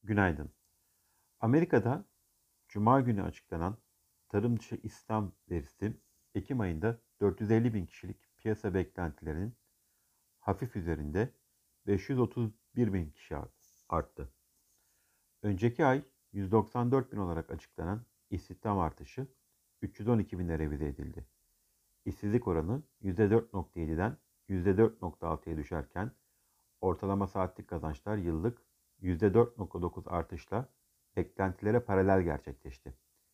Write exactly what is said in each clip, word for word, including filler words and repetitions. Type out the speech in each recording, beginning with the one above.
Günaydın. Amerika'da Cuma günü açıklanan tarım dışı istihdam verisi Ekim ayında dört yüz elli bin kişilik piyasa beklentilerinin hafif üzerinde beş yüz otuz bir bin kişi arttı. Önceki ay yüz doksan dört bin olarak açıklanan istihdam artışı üç yüz on iki bine revize edildi. İşsizlik oranı yüzde dört virgül yedi'den yüzde dört virgül altı'ya düşerken ortalama saatlik kazançlar yıllık yüzde dört virgül dokuz artışla beklentilere paralel gerçekleşti.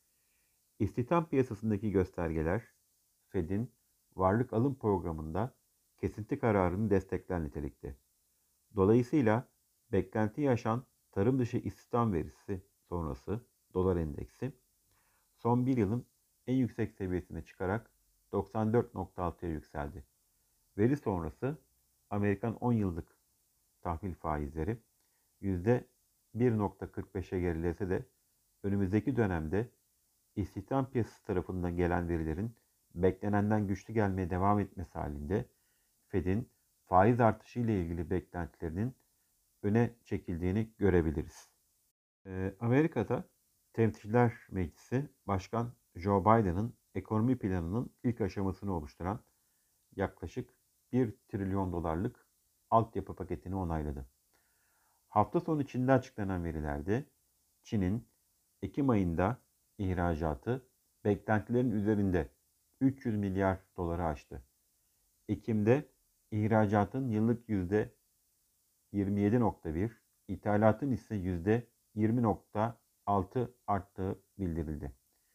İstihdam piyasasındaki göstergeler, Fed'in varlık alım programında kesinti kararını destekler nitelikte. Dolayısıyla beklentiyi aşan tarım dışı istihdam verisi sonrası dolar endeksi son bir yılın en yüksek seviyesine çıkarak doksan dört virgül altı'ya yükseldi. Veri sonrası Amerikan on yıllık tahvil faizleri yüzde bir virgül kırk beş'e gerilese de önümüzdeki dönemde istihdam piyasası tarafından gelen verilerin beklenenden güçlü gelmeye devam etmesi halinde Fed'in faiz artışı ile ilgili beklentilerinin öne çekildiğini görebiliriz. Ee, Amerika'da Temsilciler Meclisi Başkan Joe Biden'ın ekonomi planının ilk aşamasını oluşturan yaklaşık bir trilyon dolarlık altyapı paketini onayladı. Hafta sonu içinde açıklanan verilerde Çin'in Ekim ayında ihracatı beklentilerin üzerinde üç yüz milyar doları aştı. Ekim'de ihracatın yıllık yüzde yirmi yedi virgül bir, ithalatın ise yüzde yirmi virgül altı arttığı bildirildi.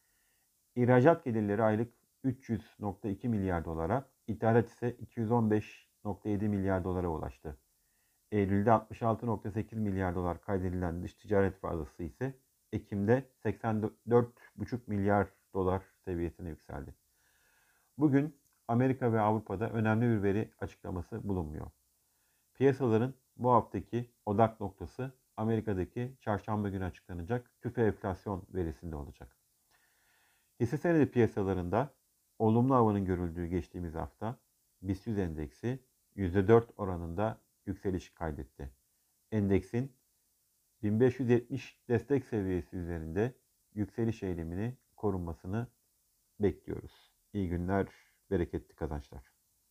İhracat gelirleri aylık üç yüz virgül iki milyar dolara, ithalat ise iki yüz on beş virgül yedi milyar dolara ulaştı. Eylül'de altmış altı virgül sekiz milyar dolar kaydedilen dış ticaret fazlası ise Ekim'de seksen dört virgül beş milyar dolar seviyesine yükseldi. Bugün Amerika ve Avrupa'da önemli bir veri açıklaması bulunmuyor. Piyasaların bu haftaki odak noktası Amerika'daki çarşamba günü açıklanacak tüfe enflasyon verisinde olacak. Hisse senedi piyasalarında olumlu havanın görüldüğü geçtiğimiz hafta BIST yüz endeksi yüzde dört oranında yükseliş kaydetti. Endeksin bin beş yüz yetmiş destek seviyesi üzerinde yükseliş eğilimini korunmasını bekliyoruz. İyi günler, bereketli kazançlar.